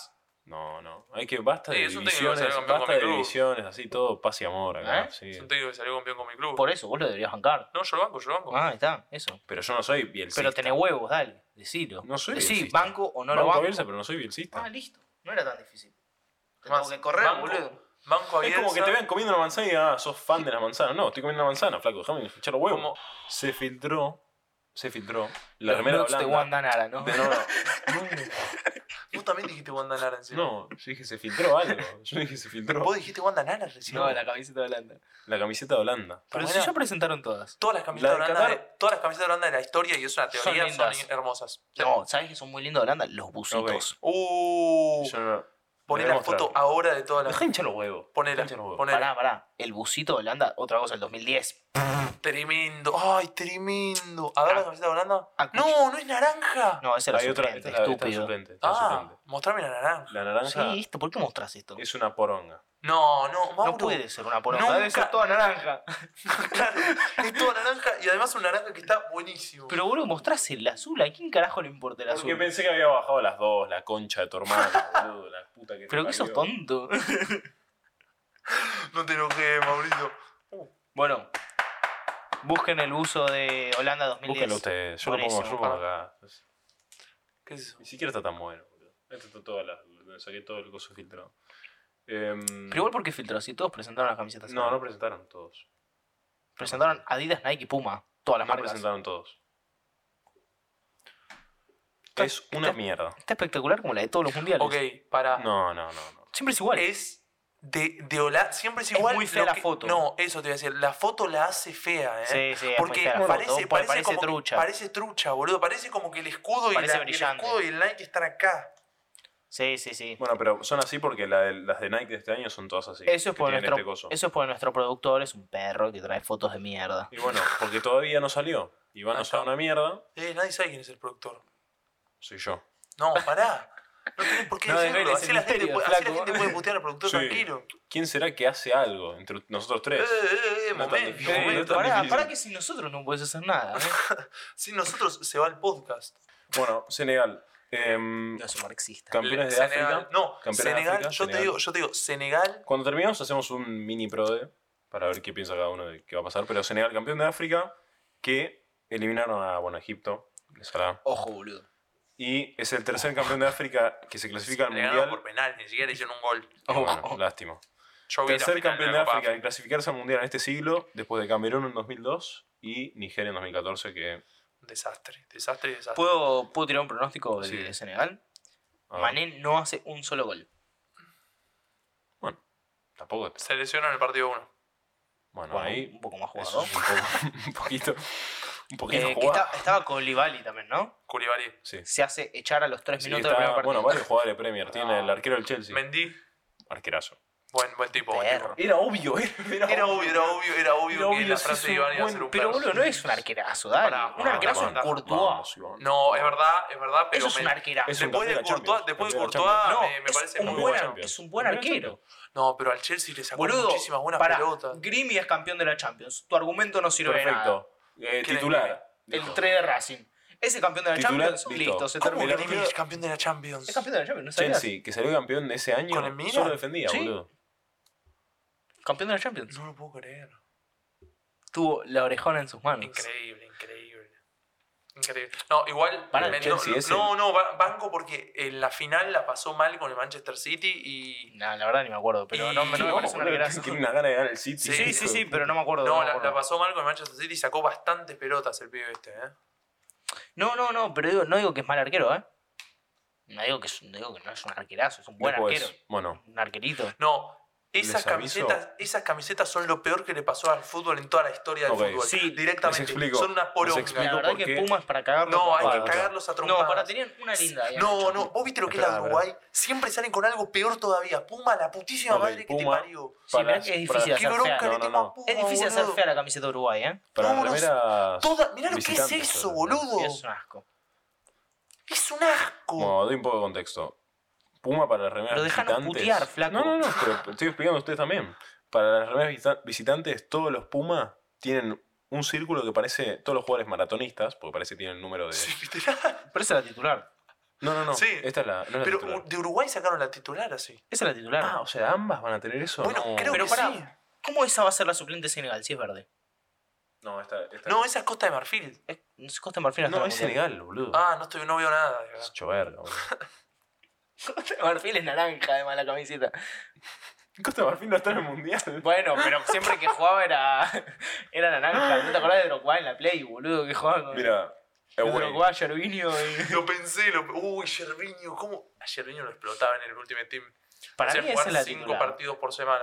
No, no. Hay que, basta de Sí, es un técnico que divisiones, salió campeón basta con mi de club. divisiones, así todo, paz y amor acá. ¿Eh? Sí. Es un técnico que salió campeón con mi club. Por eso, vos lo deberías bancar. No, yo lo banco, yo lo banco. Ah, ahí está, eso. Pero yo no soy bielcista. Pero tenés huevos, dale, decilo. No soy Decí, bielcista. banco o no banco lo banco. a Bielsa, pero no soy bielcista. Ah, listo. No era tan difícil. Te Más, tengo que correr, banco, boludo. Banco a Es como que Bielsa. te vean comiendo una manzana y ah, sos fan de la manzana. No, estoy comiendo una manzana, flaco, déjame echar los huevos. Como- Se filtró, se filtró la Los remera nudes de blanda. Wanda Nara, ¿no? De- no, no, Vos también dijiste Wanda Nara encima. no, yo dije se filtró algo. Yo dije se filtró. Vos dijiste Wanda Nara recién. No, la camiseta de Holanda. La camiseta de Holanda. Pero buena? si ya presentaron todas. Todas las camisetas La de de Holanda, Qatar- de, todas las camisetas de Holanda de la historia, y es una Son teoría, son, lindas. hermosas. No, ¿sabes que son muy lindos de Holanda? Los bucitos. Uh, Yo no. poné voy a la foto mostrar. ahora de todas las. Dejá hinchar los huevos. Ponela, Hincha los huevos. ponela. Pará, pará. El busito de Holanda, otra cosa, el dos mil diez. Tremendo. Ay, tremendo. A ver la Ah. camiseta de Holanda. Ah, No, no es naranja. No, ese era Hay otra, suplente, esta es la, esta es estúpido. suplente. esta es Ah, suplente. mostrame la naranja. La naranja Sí, esto, ¿por qué mostrás esto? es una poronga. No, no, Mauro. No puede ser una poronga, Nunca- debe ser toda naranja. Claro, es toda naranja y además un naranja que está buenísimo. Pero boludo, mostrás el azul, ¿a quién carajo le importa el Porque azul? pensé que había bajado las dos, la concha de tu hermano, boludo, la puta que te Pero que sos parió. tonto. No te enojes, Mauricio. Bueno, busquen el buzo de Holanda dos mil diez. Búsquenlo ustedes, yo lo pongo, yo lo Buenísimo. pongo acá. ¿Qué es eso? Ni siquiera está tan bueno, boludo. Esto está toda la, le saqué todo el coso filtrado. Em, Pero igual, ¿por qué filtró? Si todos presentaron las camisetas. no, no presentaron todos. Presentaron Adidas, Nike y Puma. Todas las No marcas. presentaron todos. Está- Es una está- mierda. Está espectacular como la de todos los mundiales. Ok, para. No, no, no, no. Siempre es igual. Es de, de Holanda. Siempre es Es igual. muy fea lo la que- foto. No, eso te voy a decir. La foto la hace fea, ¿eh? Sí, sí, es Porque muy fea la parece, foto, porque parece, parece como que- trucha. parece trucha, boludo. Parece como que el escudo, y, Parece la- y el brillante. escudo y el Nike están acá. Sí, sí, sí. Bueno, pero son así porque la de- las de Nike de este año son todas así. Eso es, que por tienen nuestro, este coso. eso es porque nuestro productor es un perro que trae fotos de mierda. Y bueno, porque todavía no salió. Y van a Ahí usar está. una mierda. Eh, nadie sabe quién es el productor. Soy yo. No, pará. No tenés por qué No decirlo. desveles Así el la, gente misterio, puede, así la flaco. gente puede putear al productor Sí. tranquilo. ¿Quién será que hace algo entre nosotros Eh, tres? eh, eh, No tan momento, difícil. Eh, momento. tan pará, difícil. pará que sin nosotros no puedes hacer nada. ¿eh? Sin nosotros se va el podcast. Bueno, Senegal. em, No soy marxista. campeones de Senegal- África. No, Campeones de Senegal, África, yo, Te Senegal. digo, yo te digo, Senegal. Cuando terminamos hacemos un mini prode para ver qué piensa cada uno de qué va a pasar. Pero Senegal, campeón de África, que eliminaron a bueno, Egipto. les hará. Ojo, boludo. Y es el tercer campeón de África que se clasifica al Le ganaron Mundial. por penal, ni siquiera le hicieron un gol. Y bueno, lástima. Yo vi la Tercer final campeón la de Copa África en clasificarse al Mundial en este siglo, después de Camerún en dos mil dos y Nigeria en dos mil catorce, que... Desastre, desastre, desastre. ¿Puedo, ¿Puedo tirar un pronóstico de Sí. Senegal? a ver, Mané no hace un solo gol. Bueno, tampoco... Se lesionó en el partido uno. Bueno, Bueno, ahí... un poco más Eso jugado. es un, poco- un poquito... Un poquito Eh, que jugado. está- estaba Koulibaly también, ¿no? Koulibaly. Sí. Se hace echar a los tres Sí, minutos está- del primer partido. bueno, varios jugadores de Premier. Tiene el arquero del Chelsea. Mendy, Arquerazo. buen, buen tipo, buen Perro. tipo. Era obvio, era, Era obvio, era obvio, era obvio Era que obvio, la sí, frase sí, de Iván iba a buen- ser un Pero perro. boludo, no es un arquerazo, dale. Pará, un pará, arquerazo pará, es Courtois. Vamos, Iván. No, es verdad, es verdad, pero Eso es un me- arquerazo. Es un después de campeón de la Courtois, Champions, después de campeón de la Courtois No, me, me es, parece un muy buen, bueno. ar- es un buen Campeón de la arquero. No, pero al Chelsea le sacó Boludo, muchísimas buenas pará, pelotas. Grimi es campeón de la Champions. Tu argumento no sirve de nada. Perfecto. Eh, ¿Quién es titular. El Listo. tres de Racing. Ese campeón de la Titular, Champions, listo. listo, se ¿Cómo termina. que Grimi es campeón de la Champions? Es campeón de la Champions, ¿no sabías? Chelsea, que salió campeón ese año, ¿Con el Milan? solo defendía, Sí. boludo. Campeón de la Champions. No lo puedo creer. Tuvo la orejona en sus manos. Increíble, increíble. Increíble. No, igual. Para, me- el Chelsea no, es no, no, ba- banco porque en la final la pasó mal con el Manchester City y. Nah, la verdad ni me acuerdo, pero Y- no, no me no, parece un boludo, arquerazo. tiene una gana de ganar el City. Sí, sí, hijo sí, de pero no me acuerdo. No, me la, acuerdo. la pasó mal con el Manchester City y sacó bastantes pelotas el pibe este, ¿eh? No, no, no, pero digo, no digo que es mal arquero, ¿eh? No digo que, es, no digo que no es un arquerazo, es un buen Después, arquero. bueno, Un arquerito. No, esas Les aviso. camisetas, esas camisetas son lo peor que le pasó al fútbol en toda la historia del Ok, fútbol. sí, directamente. les explico, Son una les poronga. explico. La verdad por que qué. Puma es para cagarlo. No, hay Para, que cagarlos a No, trompadas. para, tenían una linda. ahí No, anoche. no, vos viste lo que es Esperá, la de Uruguay. Siempre salen con algo peor todavía. Puma, la putísima Ok, madre que te Puma. parió. Sí, para- mirá que es para- difícil Qué hacer bronca fea. le No, no, tengo a no. Puma, Es difícil hacer boludo. fea la camiseta de Uruguay, ¿eh? Para Todos los- remeras Toda, mirá lo que es visitantes, eso, sobre todo. boludo. Sí, es un asco. Es un asco. Bueno, doy un poco de contexto. Puma para las remeras Pero déjanos visitantes. putear, flaco. No, no, no, pero estoy explicando a ustedes también. Para las remeras visita- visitantes, todos los Puma tienen un círculo que parece. Todos los jugadores maratonistas, porque parece que tienen el número de. Sí, literal. Pero esa es la titular. No, no, no. Sí. Esta es la, no es la Pero titular. de Uruguay sacaron la titular así. Esa es la titular. Ah, o sea, ambas van a tener eso. Bueno, no. creo Pero que pará, sí. ¿cómo esa va a ser la suplente de Senegal si es verde? No, esta, esta No, esa es Costa de Marfil. Es, es Costa de Marfil hasta no, el es Mundial. Senegal, boludo. Ah, no estoy, no veo nada. de verdad. Es hecho verga, boludo. Costa de Marfil es naranja además la camiseta. Costa de Marfil no está en el mundial. Bueno, pero siempre que jugaba era, era naranja. ¿No te acordás de Drogba en la Play, boludo? Que jugaba con Mira, de away. Drogba, Gervinho y... Lo pensé, lo... Uy, Gervinho, ¿cómo? A Gervinho lo explotaba en el Ultimate Team. Para Hacía mí esa jugar es la cinco titular. partidos por semana.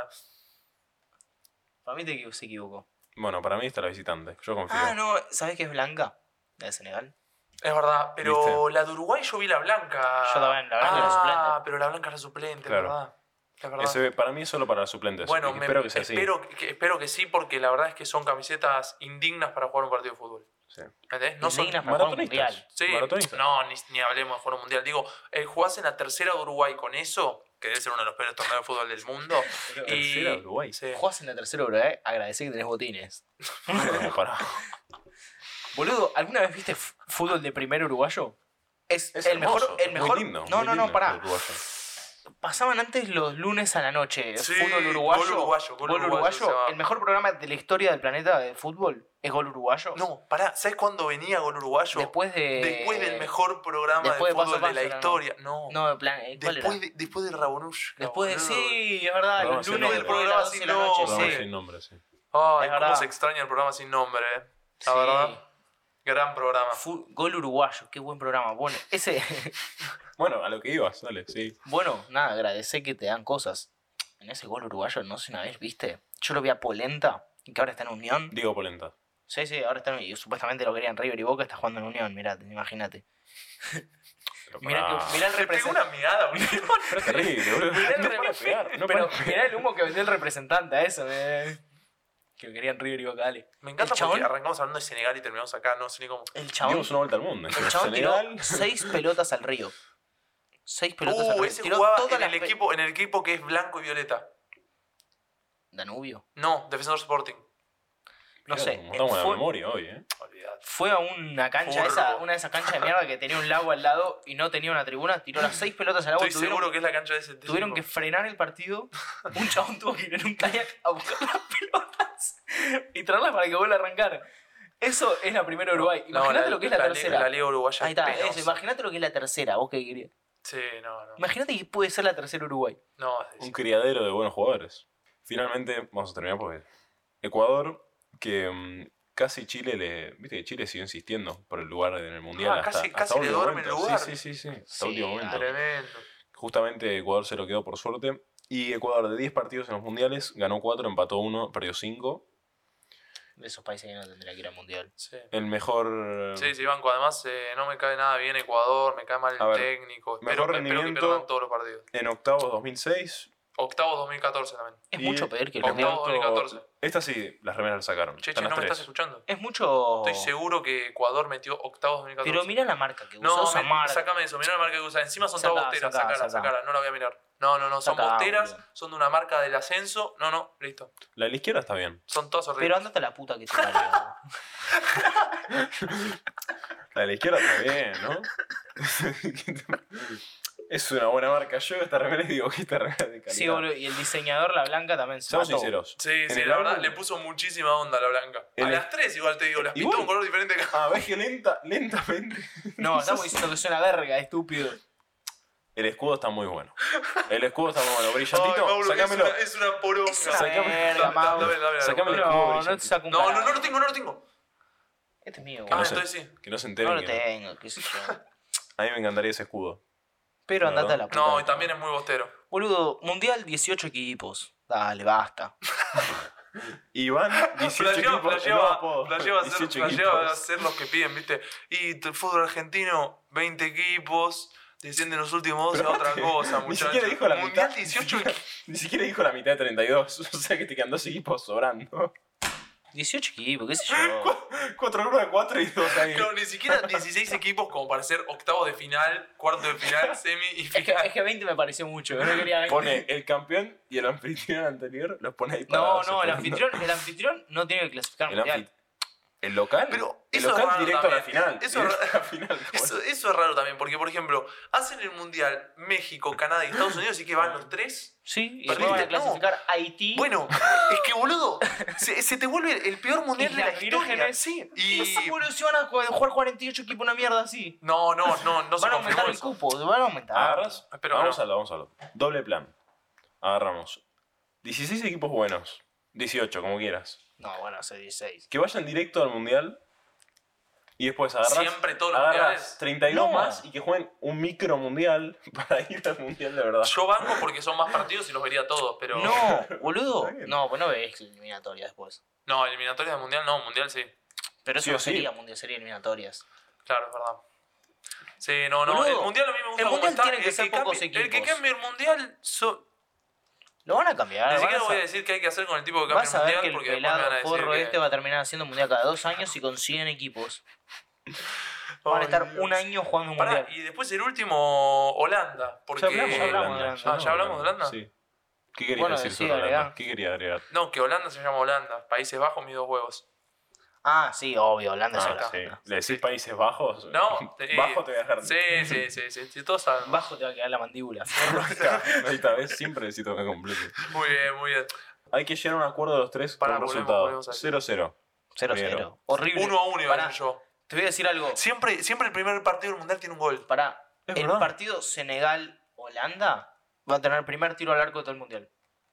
Para mí te equivo- se equivocó. Bueno, para mí está la visitante. Yo confío. Ah, no, ¿sabés que es blanca? La de Senegal. Es verdad, pero ¿Viste? la de Uruguay yo vi la blanca. Yo también, la blanca ah, era suplente. pero la blanca era suplente, Claro. es verdad. Es verdad. Ese, para mí es solo para suplentes. Bueno, Y me- espero que sea así. espero, que, espero que sí, porque la verdad es que son camisetas indignas para jugar un partido de fútbol. Sí. ¿Entendés? No son Indignas para jugar un maratonistas. mundial. Sí, Maratonistas. no, ni, ni hablemos de jugar un mundial. Digo, eh, jugás en la tercera de Uruguay con eso, que debe ser uno de los peores torneos de fútbol del mundo. La y, tercera de Uruguay. Sí. Jugás en la tercera hora, ¿eh? Agradecé que tenés botines. No, pará. Boludo, ¿alguna vez viste f- fútbol de primer uruguayo? Es, Es el hermoso, mejor. El muy mejor lindo, no, muy no, no, lindo pará. el uruguayo. Pasaban antes los lunes a la noche. Sí, fútbol uruguayo. Gol Uruguayo, Gol Uruguayo se llama. El mejor programa de la historia del planeta de fútbol es Gol Uruguayo. No, pará, ¿sabes cuándo venía Gol Uruguayo? Después de. Después del mejor programa después de de fútbol Paso a de la Paso, era, historia. No, No, en plan, ¿cuál después, era? de, después de Rabonushka. Después de. boludo. Sí, es verdad, Programa los sin lunes nombre. después de Programa las doce de la sin noche. nombre. No, Sí. sin nombre, sí. Ay, Es cómo verdad. se extraña el programa sin nombre, eh. La Sí. verdad. Gran programa. Fu- Gol Uruguayo, qué buen programa. Bueno, ese. Bueno, a lo que ibas, dale, sí. Bueno, nada, agradecé que te dan cosas. En ese Gol Uruguayo, no sé una vez, ¿viste? Yo lo vi a Polenta, y que ahora está en Unión. Digo Polenta. Sí, sí, ahora está en y supuestamente lo querían River y Boca, está jugando en Unión, mirá, imagínate. Pero Mirá, pará. que, mirá el Me pegó representante. una mirada, boludo. Pero es terrible, boludo. Mirá el No re- para pegar, no Pero para pegar. mirá el humo que vendió el representante a eso, eh. Que querían River y Boca, dale. Me encanta El porque chabón- arrancamos hablando de Senegal y terminamos acá, no sé ni cómo. El chabón, Dimos una vuelta al mundo. el chabón tiró Senegal. seis pelotas al río. Seis pelotas al Uh, río. ese Tiró jugaba todas en las el, pe- equipo, en el equipo que es blanco y violeta. Danubio. No, Defensor Sporting. No sé. Como estamos en la Fue, memoria hoy, ¿eh? Olvidate. fue a una cancha, Furbo. esa, una de esas canchas de mierda que tenía un lago al lado y no tenía una tribuna. Tiró las seis pelotas al agua. Estoy Tuvieron, seguro que es la cancha de ese de ese tuvieron que equipo. frenar el partido. Un chabón tuvo que ir en un kayak a buscar las pelotas y traerlas para que vuelva a arrancar. Eso es la primera de Uruguay. No, Imagínate la- lo que es la, la, tercera. La Liga Uruguaya Ahí está, es penosa. eso, imagínate lo que es la tercera. ¿Vos qué querías? Sí, no, no. Imagínate que puede ser la tercera Uruguay. No, es Un decir, criadero de buenos jugadores. Finalmente, vamos a terminar porque Ecuador, que mm, casi Chile le... Viste que Chile siguió insistiendo por el lugar en el Mundial. Ah, hasta, casi- hasta casi le último duerme el momento. lugar. Sí, sí, sí, sí. Hasta Sí, último momento. tremendo. Justamente Ecuador se lo quedó por suerte. Y Ecuador de diez partidos en los mundiales, ganó cuatro, empató uno, perdió cinco. De esos países que no tendría que ir al mundial. Sí. El mejor... Sí, sí, Banco. Además, eh, no me cae nada bien Ecuador, me cae mal A el ver, técnico. mejor Espero, espero que rendimiento- pierdan todos los partidos. En octavos dos mil seis. Octavos dos mil catorce también. Es Y mucho pedir que el octavo- mundial. dos mil catorce. Esta sí, las remeras las sacaron. Che, Están che, las ¿no me tres. estás escuchando? Es mucho. Estoy seguro que Ecuador metió octavos dos mil catorce. Pero mira la marca que usó No, esa me- marca. sacame eso, mirá la marca que usa. Encima son Sacá, todas bosteras, sacá, sacala, sacá. sacala, no la voy a mirar. No, no, no, son Sacá, bosteras, boludo. son de una marca del ascenso. No, no, listo. La de la izquierda está bien. Son todas horribles. Pero andate a la puta que te parió. La de la izquierda está bien, ¿no? Es una buena marca. Yo esta remera y digo que esta remera es de calidad. Sí, boludo. Y el diseñador, la blanca, también se Seamos mató. sinceros. Sí, En sí, el la verdad, álbum- le puso muchísima onda a la blanca. En A el- las tres igual te digo, las pintó Igual- un color diferente. Ah, ves que lenta, lentamente. No, estamos diciendo que es una verga, estúpido. El escudo está muy bueno. El escudo está muy bueno. Ay, Brillantito, Mauro, sacámelo. Es una, es una poronga. Es una Sacame- verga, Dame, Mauro. dame, dame, dame, Sacame dame. el escudo No, no te brillante. saco un No, no, carajo. no lo tengo, no lo tengo. Este es mío, Que Ah, no, boludo. se, entonces sí. que no se No enteren lo que- tengo, qué sé yo. A mí me encantaría ese escudo. Pero La andate a verdad. la puta. No, que y te también es muy bostero. Boludo, mundial dieciocho equipos. Dale, basta. Y van dieciocho Flasheaba, equipos. flasheaba, no, apodo. flasheaba ser, dieciocho flasheaba equipos. ser los que piden, ¿viste? Y t- fútbol argentino, veinte equipos, descienden los últimos doce Pero a otra aparte, cosa, ni muchachos. siquiera dijo la Mundial mitad. dieciocho Ni siquiera dijo la mitad de treinta y dos. O sea que te quedan dos equipos sobrando. dieciocho equipos, qué sé yo. Cuatro grupos de cuatro y dos ahí. No, ni siquiera dieciséis equipos como para ser octavos de final, cuarto de final, semi y Es que, final. es que veinte me pareció mucho. Yo no quería veinte. Pone el campeón y el anfitrión anterior, los pone ahí para No, no, el separando. anfitrión, el anfitrión no tiene que clasificar al El mundial. anfit- ¿El local? Pero el eso es local raro directo a la también. final. Eso directo es a la final. Eso, eso es raro también, porque por ejemplo, hacen el Mundial México, Canadá y Estados Unidos y que van los tres. Sí, y Perdiste, después van a no. clasificar Haití. Bueno, es que boludo, se, se te vuelve el peor mundial de la Islas historia. Vírgenes. Sí, Y y. boludo, si van a jugar cuarenta y ocho equipos, una mierda así. No, no, no, no se Van a confirmó aumentar el eso. cupo, van a aumentar. Agarras. Pero vamos no. a lo, vamos a lo. Doble plan. Agarramos dieciséis equipos buenos. dieciocho, como quieras. No, bueno, hace dieciséis. Que vayan directo al mundial. Y después agarras. Siempre todos los agarras mundiales. treinta y dos No. más y que jueguen un micro mundial para ir al mundial de verdad. Yo banco porque son más partidos y los vería todos, pero. No, boludo. Está bien. No, pues no ves eliminatoria después. No, eliminatorias de mundial no, mundial sí. Pero eso Sí o no sí. sería mundial, sería eliminatorias. Claro, es verdad. Sí, no, no. Boludo, el mundial a mí me gusta el como mundial está. tiene que el ser pocos cambie, El que equipos. cambie el mundial. so- Lo van a cambiar. Ni van siquiera a voy a sa- decir qué hay que hacer con el tipo que cambia el Vas a ver mundial que el porque después me pelado van a decir. forro que- este va a terminar haciendo mundial cada dos años y con cien equipos. Van a estar Ay, Dios. un año jugando un Pará, mundial. y después el último, Holanda. Porque... Ya hablamos, Ya hablamos de Holanda. Holanda. Ah, ¿ya hablamos de Holanda? Sí. ¿Qué quería Bueno, decir sí, sobre Holanda? agregar. ¿Qué quería agregar? No, que Holanda se llama Holanda. Países Bajos, mis dos huevos. Ah, sí, obvio, Holanda es Ah, Holanda. sí. ¿Le decís Países Bajos? No, eh, Bajo te voy a dejar. Sí, sí, sí, sí, sí, todos saben. Bajo te va a quedar la mandíbula. Esta vez siempre necesito que complete. Muy bien, muy bien. Hay que llegar a un acuerdo de los tres Pará, con un volvemos, resultado. volvemos ahí. cero cero. cero Primero. cero. Horrible. Uno a uno iba a Pará, decir yo. te voy a decir algo. Siempre, siempre el primer partido del mundial tiene un gol. Pará, Es el verdad. partido Senegal-Holanda va a tener el primer tiro al arco de todo el mundial.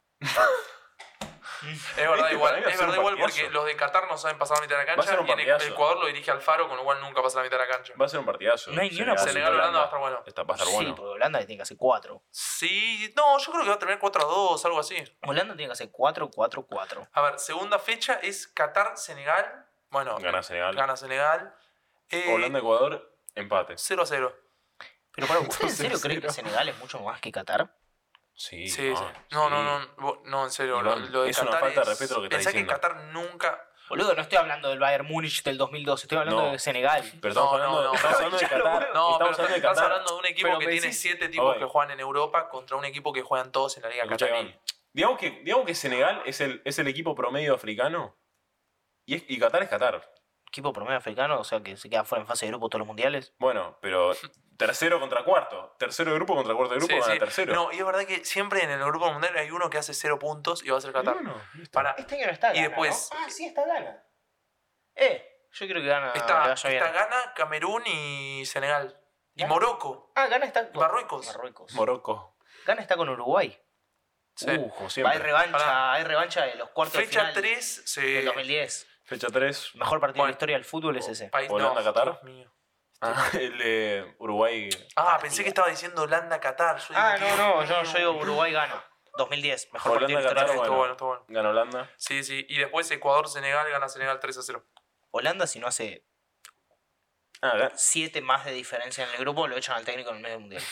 Es verdad, Este igual, para mí va a es ser verdad un igual partidazo. porque los de Qatar no saben pasar la mitad de la Va a ser cancha un y en partidazo. Ecuador lo dirige Alfaro, con lo cual nunca pasa la mitad de la cancha. Va a ser un partidazo. No hay ni una Senegal-Holanda va a estar bueno. Está, va a estar Sí, bueno. porque Holanda tiene que hacer cuatro. Sí, no, yo creo que va a terminar cuatro a dos, algo así. Holanda tiene que hacer cuatro cuatro cuatro. A ver, segunda fecha es Qatar-Senegal. Bueno, Gana Senegal. gana Senegal. Eh, Holanda-Ecuador, empate. cero a cero. Pero para ¿usted en serio cero. cree que Senegal es mucho más que Qatar? Sí, Sí, no, sí. No, sí. no, no, vos- no, en serio. Lo, Iván, lo de es una Qatar falta de es- respeto lo que estás Pensá diciendo. que Qatar nunca. Boludo, no estoy hablando del Bayern Múnich del dos mil dos, estoy hablando No. de Senegal. Pero estamos No, hablando, no, no. estamos hablando de Qatar. No, estamos pero hablando de estás Qatar. hablando de un equipo Pero que me tiene decís- siete tipos Oye. que juegan en Europa contra un equipo que juegan todos en la Liga Escucha, Qatarí. Iván. Digamos que, digamos que Senegal es el, es el equipo promedio africano y, es- y Qatar es Qatar. Equipo promedio africano, o sea que se queda fuera en fase de grupo todos los mundiales. Bueno, pero tercero contra cuarto. Tercero de grupo contra cuarto de grupo Sí, gana sí. tercero. No, y es verdad que siempre en el grupo mundial hay uno que hace cero puntos y va a ser Qatar. Bueno, listo. Para, Este año no está Y Ghana, después- ¿no? Ah, sí, está Ghana. Eh, yo creo que Ghana le está, vaya bien. está Ghana, Camerún y Senegal. Y Ghana. Morocco. Ah, Ghana está con... Marruecos. Marruecos. Morocco. Ghana está con Uruguay. Sí. Uh, como siempre. Hay revancha, Pará. hay revancha de los cuartos de Fecha final tres, se... del dos mil diez. Fecha tres. Mejor partido Bueno. de la historia del fútbol es ese. País, Holanda, no, Qatar. Dios mío. Ah, el de Uruguay. Ah, pensé que estaba diciendo Holanda-Qatar. Yo Ah, digo, no, no, Dios yo, mío. yo digo Uruguay gana. dos mil diez, mejor partido de la Holanda, historia del Qatar, fútbol. Estuvo bueno, estuvo bueno. Gana Holanda. Sí, sí. Y después Ecuador-Senegal gana Senegal tres a cero. Holanda, si no hace Ah, ga- siete más de diferencia en el grupo, lo echan al técnico en el medio del mundial.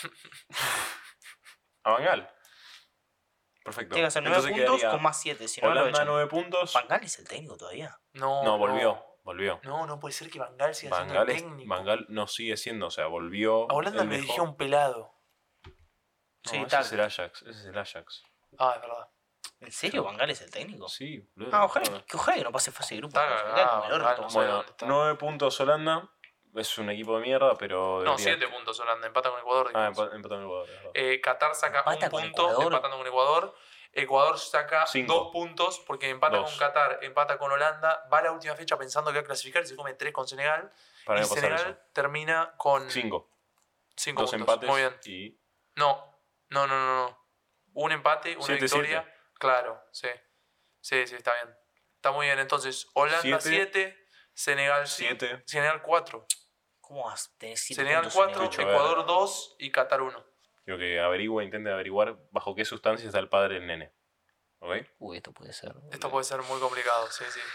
a Bangal. Perfecto. Tiene que hacer nueve Entonces puntos quedaría con más siete, si no lo Holanda echan. nueve puntos. ¿Bangal es el técnico todavía? No, No, volvió. Volvió. No, no puede ser que Bangal siga siendo Bangal, el es- técnico. Bangal no sigue siendo, o sea, volvió. A Holanda él le dejó- dirigió un pelado. No, Sí, ese está. es el Ajax. Ese es el Ajax. Ah, es verdad. ¿En serio Bangal es el técnico? Sí, boludo. Ah, ojalá, que ojalá que no pase fase de grupo. Está se queda como el cagado, orto. Bangal, no sé Bueno, dónde está. nueve puntos Holanda. Es un equipo de mierda, pero. No, debería- siete puntos Holanda. Empata con Ecuador. Ah, dijimos. empa- empató en Ecuador. es verdad. Eh, Qatar saca Empata un con punto Ecuador. empatando con Ecuador. Ecuador saca Cinco. dos puntos porque empata Dos. con Qatar, empata con Holanda. Va a la última fecha pensando que va a clasificar y se come tres con Senegal. Para y no pasar Senegal eso. termina con Cinco. cinco Dos puntos. empates Muy bien. y. No, no, no, no. no. Un empate, una Siete, victoria. siete. Claro, sí. Sí, sí, está bien. Está muy bien. Entonces, Holanda Siete. siete, Senegal cinco, Siete. Senegal cuatro. ¿Cómo vas a tener siete Senegal puntos cuatro, Ocho, Senegal? Ecuador verga. dos y Qatar uno. Quiero que averigüe, intente averiguar bajo qué sustancia está el padre del nene. ¿Ok? Uy, esto puede ser. Esto puede ser muy complicado, sí, sí.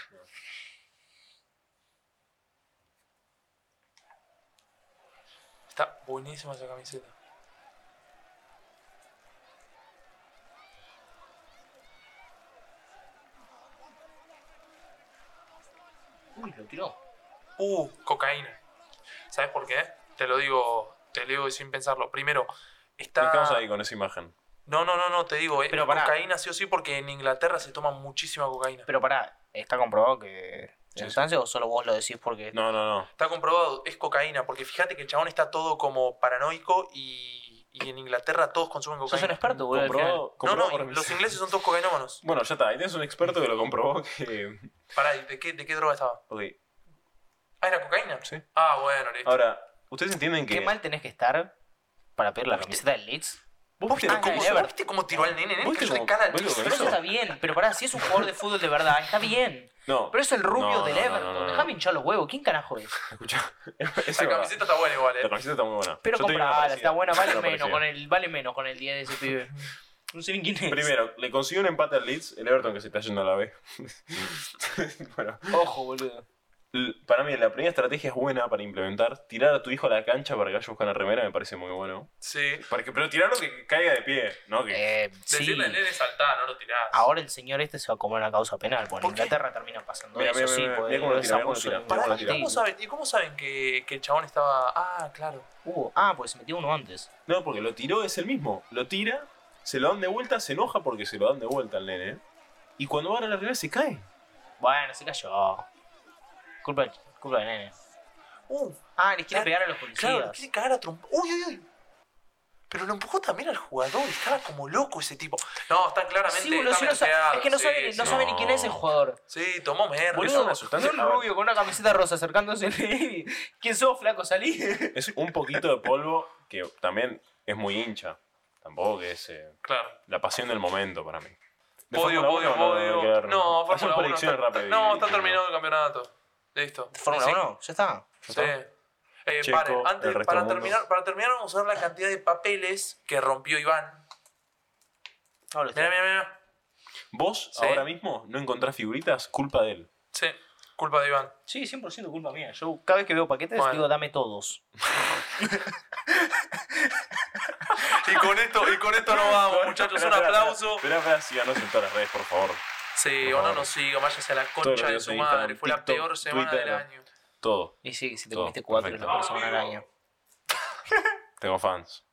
Está buenísima esa camiseta. Uy, lo tiró. Uh, cocaína. ¿Sabes por qué? Te lo digo, te lo digo sin pensarlo. Primero, está... Estamos ahí con esa imagen. No, no, no, no, te digo, eh, Pero pará. cocaína sí o sí porque en Inglaterra se toma muchísima cocaína. Pero pará, está comprobado que la sustancia o solo vos lo decís porque... No, no, no. Está comprobado, es cocaína, porque fíjate que el chabón está todo como paranoico y, y en Inglaterra todos consumen Sos cocaína. un experto, boludo. al final. Comprobado, No, comprobado no, por los mis- ingleses son todos cocainómanos. Bueno, ya está. Ahí tienes un experto que lo comprobó que... Pará, ¿y ¿de qué, de qué droga estaba? Ok, Ah, ¿era cocaína? sí. Ah, bueno, listo. Ahora, ¿ustedes entienden que... Qué mal tenés que estar para pedir la camiseta del Leeds. ¿Vos ¿Vos viste viste, Ah, cómo, el Everton. ¿vos viste cómo tiró al nene? nene? ¿Viste Que le cómo- cara al viste piso. cómo Pero eso hizo? está bien, pero pará, si es un jugador de fútbol de verdad, está bien. No. Pero es el rubio No, del no, no, Everton, no, no. déjame hinchar los huevos, ¿quién carajo es? Escucha. La camiseta está buena igual, La eh. camiseta está muy buena. Pero Yo tengo una comprala, parecida. está buena, vale Una menos, parecida. con el, vale menos con el diez de ese pibe. No sé ni quién es. Primero, le consiguió un empate al Leeds, el Everton que se está yendo a la B. Bueno, Ojo, boludo. l- para mí la primera estrategia es buena para implementar. Tirar a tu hijo a la cancha para que vaya a buscar una remera me parece muy bueno. Sí. Para que- pero tirarlo que caiga de pie, ¿no? Que, Eh, sí. Decirle al nene saltá, no lo tirás. Ahora el señor este se va a comer una causa penal. Porque en ¿Por qué? Inglaterra termina pasando Mira, eso, mira, sí. mira, porque mira cómo lo es tira, mira cómo lo abuso tira, de- mira cómo lo Pará, tira. ¿y cómo saben, ¿y cómo saben que, que el chabón estaba...? Ah, claro. Uh, ah, pues se metió uno antes. No, porque lo tiró, es el mismo. Lo tira, se lo dan de vuelta, se enoja porque se lo dan de vuelta al nene. Y cuando va a la remera se cae. Bueno, se cayó. Culpa, culpa del nene. Uh, Ah, les quiere Claro, pegar a los claro, policías. le quiere cagar a trompa. Uy, uy, uy. Pero lo empujó también al jugador, estaba como loco ese tipo. No, está claramente. Sí, boludo, está si no sa- menteado, es que no sí, saben, sí. no saben ni quién es el jugador. Sí, tomó merda. Boludo, una sustancia- veo un rubio con una camiseta rosa acercándose. ¿Quién sos, flaco? Salí. Es un poquito de polvo que también es muy hincha. Tampoco que es eh, Claro. la pasión del momento para mí. De Podio, Fórmula podio, uno, no, no, podio. hay que ver. No, Hacemos Fórmula uno. predicciones está- rápidas y- No, está y- terminado el campeonato. Listo. Fórmula Sí, uno, ya está. Sí. Eh, Checo, paren, el antes, resto para, del mundo. terminar, para terminar, vamos a ver la cantidad de papeles que rompió Iván. No, lo Mira, está. mira, mira. Vos Sí. ahora mismo no encontrás figuritas, culpa de él. Sí, culpa de Iván. Sí, cien por ciento culpa mía. Yo cada vez que veo paquetes Bueno. digo, dame todos. Y con esto, y con esto nos vamos, muchachos. Un aplauso. Espera, espera, síganos en todas las redes, por favor. Sí, Por o no favor. nos siga, váyase a la Todos los concha de videos su en madre. Instagram, Fue la TikTok, peor semana Twitter. del año. Todo. Y sí, que si te Todo, comiste cuatro es la perfecto. peor semana del año. Tengo fans.